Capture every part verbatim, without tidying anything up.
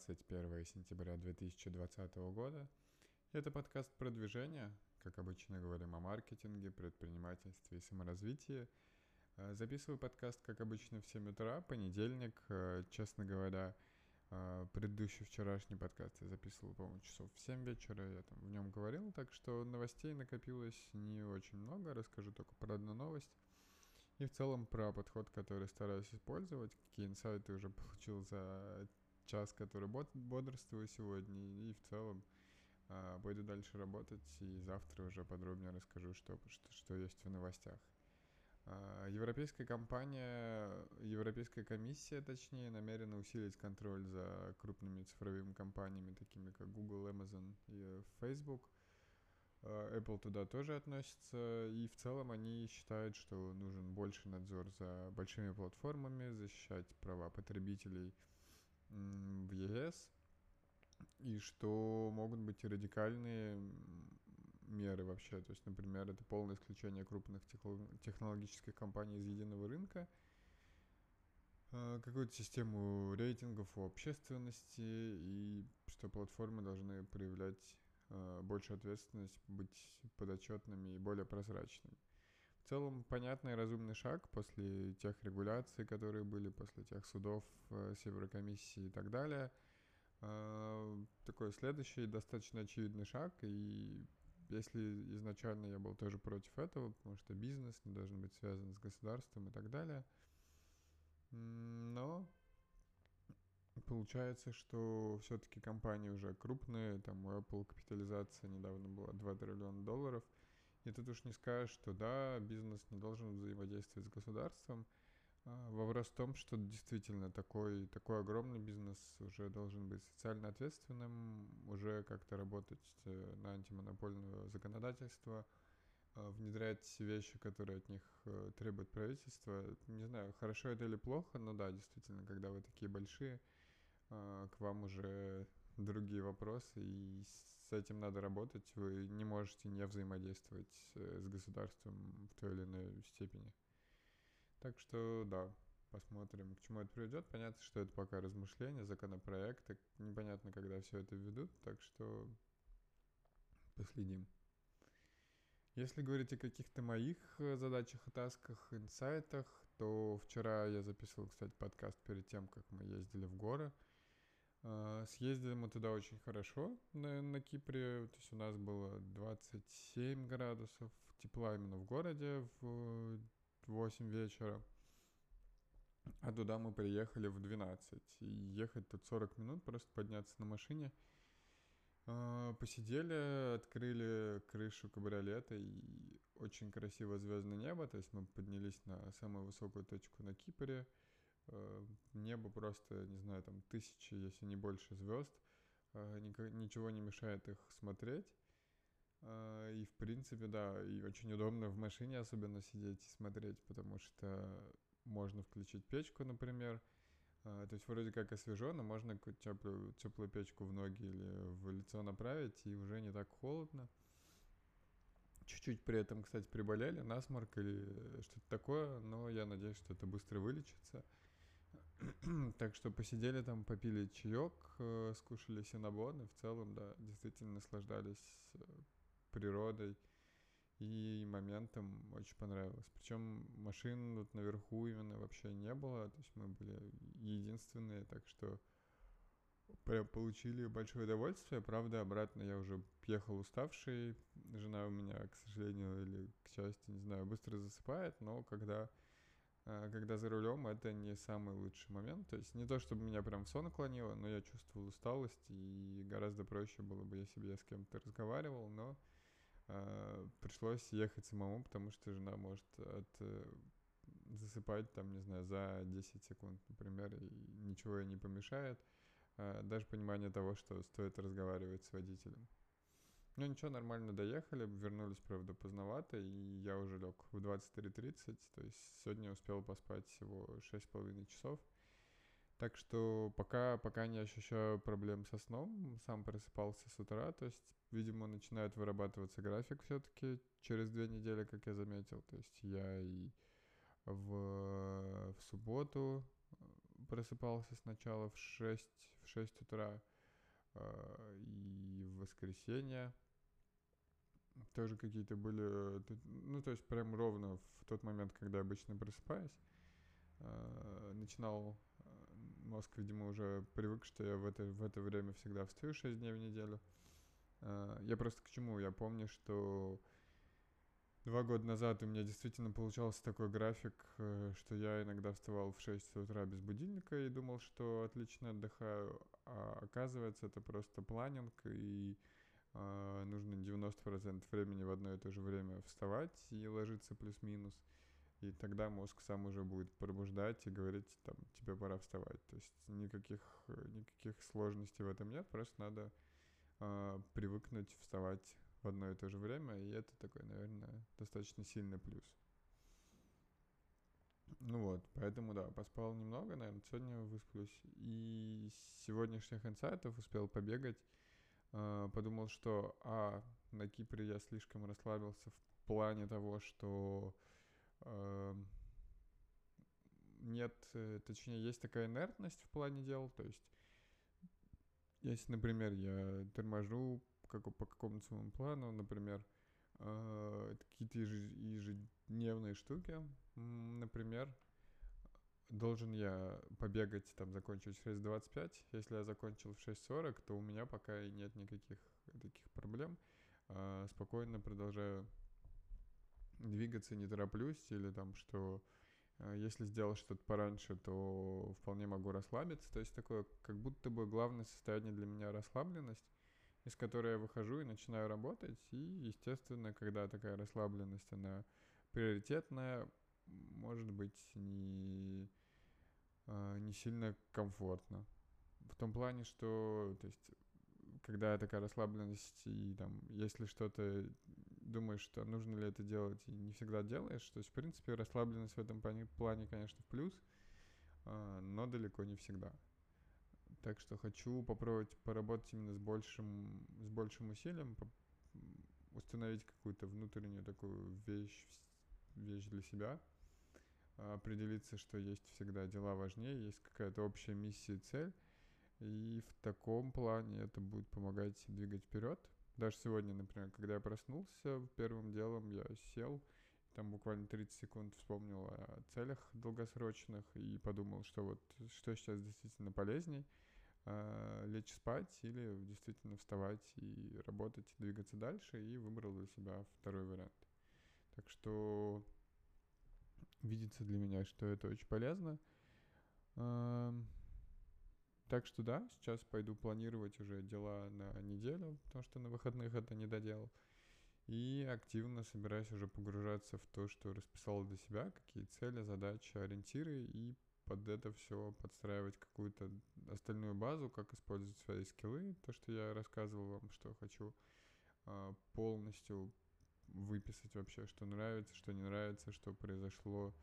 двадцать первое сентября две тысячи двадцатого года. Это подкаст «Продвижение». Как обычно, говорим о маркетинге, предпринимательстве и саморазвитии. Э, Записываю подкаст, как обычно, в семь утра, понедельник. Э, Честно говоря, э, предыдущий вчерашний подкаст я записывал, по-моему, часов в семь вечера. Я там в нем говорил, так что новостей накопилось не очень много. Расскажу только про одну новость. И в целом про подход, который стараюсь использовать, какие инсайты уже получил за час, который бод- бодрствую сегодня, и в целом а, пойду дальше работать, и завтра уже подробнее расскажу, что, что, что есть в новостях. А, Европейская компания, Европейская комиссия, точнее, намерена усилить контроль за крупными цифровыми компаниями, такими как Google, Amazon и Facebook. А, Apple туда тоже относится, и в целом они считают, что нужен больше надзор за большими платформами, защищать права потребителей м, в е эс, и что могут быть и радикальные меры вообще. То есть, например, это полное исключение крупных технологических компаний из единого рынка, а, какую-то систему рейтингов у общественности, и что платформы должны проявлять а, больше ответственность, быть подотчетными и более прозрачными. В целом, понятный и разумный шаг после тех регуляций, которые были, после тех судов э, с Еврокомиссией и так далее. А, Такой следующий достаточно очевидный шаг, и если изначально я был тоже против этого, потому что бизнес не должен быть связан с государством и так далее, но получается, что все-таки компании уже крупные, там у Apple капитализация недавно была два триллиона долларов, и тут уж не скажешь, что да, бизнес не должен взаимодействовать с государством. А, Вопрос в том, что действительно такой, такой огромный бизнес уже должен быть социально ответственным, уже как-то работать э, на антимонопольное законодательство, а, внедрять вещи, которые от них э, требует правительство. Не знаю, хорошо это или плохо, но да, действительно, когда вы такие большие, а, к вам уже другие вопросы, и с этим надо работать. Вы не можете не взаимодействовать э, с государством в той или иной степени. Так что, да, посмотрим, к чему это приведет. Понятно, что это пока размышления, законопроекты. Непонятно, когда все это введут, так что последим. Если говорить о каких-то моих э, задачах и тасках, инсайтах, то вчера я записывал, кстати, подкаст перед тем, как мы ездили в горы. А, Съездили мы туда очень хорошо на, на Кипре. То есть у нас было двадцать семь градусов тепла именно в городе в восемь вечера. А туда мы приехали в двенадцать. И ехать тут сорок минут, просто подняться на машине. А, Посидели, открыли крышу кабриолета, и очень красиво звездное небо. То есть мы поднялись на самую высокую точку на Кипре. Э, Небо просто, не знаю, там тысячи, если не больше звезд. Э, ника- Ничего не мешает их смотреть. А, И, в принципе, да, и очень удобно в машине особенно сидеть и смотреть, потому что можно включить печку, например. А, То есть вроде как освежо, но можно какую-то теплую, теплую печку в ноги или в лицо направить, и уже не так холодно. Чуть-чуть при этом, кстати, приболели, насморк или что-то такое, но я надеюсь, что это быстро вылечится. Так что посидели там, попили чаек, э, скушали синнабон, и в целом, да, действительно наслаждались э, природой и моментом. Очень понравилось. Причем машин вот наверху именно вообще не было, то есть мы были единственные, так что прям получили большое удовольствие. Правда, обратно я уже ехал уставший. Жена у меня, к сожалению или к счастью, не знаю, быстро засыпает, но когда а, когда за рулем, это не самый лучший момент. То есть не то, чтобы меня прям в сон клонило, но я чувствовал усталость, и гораздо проще было бы, если бы я с кем-то разговаривал, но а, пришлось ехать самому, потому что жена может от, э, засыпать там, не знаю, за десять секунд, например, и ничего ей не помешает. А, даже понимание того, что стоит разговаривать с водителем. Ну ничего, нормально доехали, вернулись, правда, поздновато, и я уже лег в двадцать три тридцать, то есть сегодня успел поспать всего шесть с половиной часов. Так что пока, пока не ощущаю проблем со сном, сам просыпался с утра, то есть, видимо, начинает вырабатываться график все-таки через две недели, как я заметил. То есть я и в, в субботу просыпался сначала в шесть, в шесть утра, э, и в воскресенье тоже какие-то были, ну, то есть прям ровно в тот момент, когда обычно просыпаюсь, э, начинал мозг, видимо, уже привык, что я в это, в это время всегда встаю шесть дней в неделю. Э, я просто к чему? Я помню, что два года назад у меня действительно получался такой график, э, что я иногда вставал в шесть утра без будильника и думал, что отлично отдыхаю, а оказывается, это просто планинг, и э, нужно девяносто процентов времени в одно и то же время вставать и ложиться плюс-минус. И тогда мозг сам уже будет пробуждать и говорить, там, тебе пора вставать. То есть никаких, никаких сложностей в этом нет, просто надо э, привыкнуть вставать в одно и то же время, и это такой, наверное, достаточно сильный плюс. Ну вот, поэтому, да, поспал немного, наверное, сегодня высплюсь. И с сегодняшних инсайтов успел побегать. Э, подумал, что, а, на Кипре я слишком расслабился в плане того, что э, нет, э, точнее, есть такая инертность в плане дел, то есть если, например, я торможу как, по какому-то своему плану, например, э, какие-то ежедневные штуки, например, должен я побегать, там, закончить в шесть двадцать пять, если я закончил в шесть сорок, то у меня пока и нет никаких таких проблем, э, спокойно продолжаю двигаться, не тороплюсь, или там, что если сделал что-то пораньше, то вполне могу расслабиться. То есть такое, как будто бы главное состояние для меня расслабленность, из которой я выхожу и начинаю работать. И, естественно, когда такая расслабленность, она приоритетная, может быть, не, не сильно комфортно. В том плане, что, то есть, когда такая расслабленность, и там, если что-то думаешь, что нужно ли это делать, и не всегда делаешь, то есть, в принципе, расслабленность в этом плане, конечно, в плюс, но далеко не всегда. Так что хочу попробовать поработать именно с большим, с большим усилием, установить какую-то внутреннюю такую вещь, вещь для себя, определиться, что есть всегда дела важнее, есть какая-то общая миссия и цель, и в таком плане это будет помогать двигать вперед. Даже сегодня, например, когда я проснулся, первым делом я сел, там буквально тридцать секунд вспомнил о целях долгосрочных и подумал, что вот что сейчас действительно полезней, э, лечь спать или действительно вставать и работать, двигаться дальше, и выбрал для себя второй вариант. Так что видится для меня, что это очень полезно. Так что да, сейчас пойду планировать уже дела на неделю, потому что на выходных это не доделал. И активно собираюсь уже погружаться в то, что расписал для себя, какие цели, задачи, ориентиры, и под это все подстраивать какую-то остальную базу, как использовать свои скиллы, то, что я рассказывал вам, что хочу полностью выписать вообще, что нравится, что не нравится, что произошло,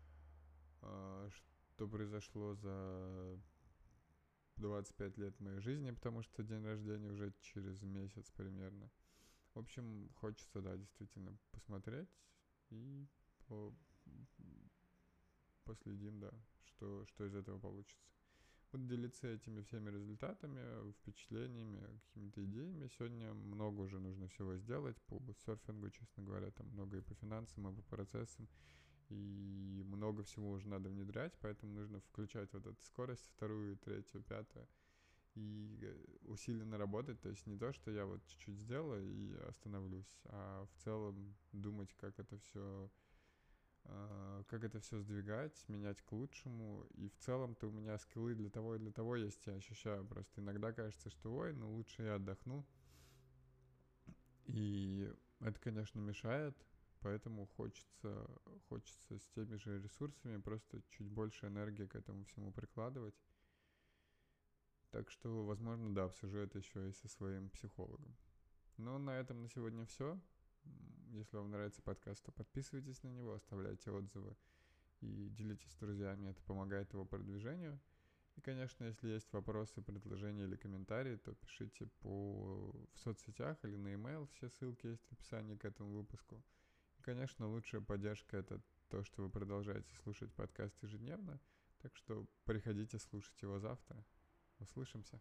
что произошло за двадцать пять лет моей жизни, потому что день рождения уже через месяц примерно. В общем, хочется, да, действительно посмотреть и по... последим, да, что, что из этого получится. Вот делиться этими всеми результатами, впечатлениями, какими-то идеями. Сегодня много уже нужно всего сделать по серфингу, честно говоря, там много и по финансам, и по процессам, и много всего уже надо внедрять, поэтому нужно включать вот эту скорость, вторую, третью, пятую, и усиленно работать, то есть не то, что я вот чуть-чуть сделаю и остановлюсь, а в целом думать, как это все как это все сдвигать, менять к лучшему, и в целом-то у меня скиллы для того и для того есть, я ощущаю, просто иногда кажется, что ой, ну лучше я отдохну, и это, конечно, мешает, поэтому хочется, хочется с теми же ресурсами просто чуть больше энергии к этому всему прикладывать. Так что, возможно, да, обсужу это еще и со своим психологом. Ну, на этом на сегодня все. Если вам нравится подкаст, то подписывайтесь на него, оставляйте отзывы и делитесь с друзьями. Это помогает его продвижению. И, конечно, если есть вопросы, предложения или комментарии, то пишите по... в соцсетях или на e-mail. Все ссылки есть в описании к этому выпуску. И, конечно, лучшая поддержка — это то, что вы продолжаете слушать подкаст ежедневно. Так что приходите слушать его завтра. Услышимся.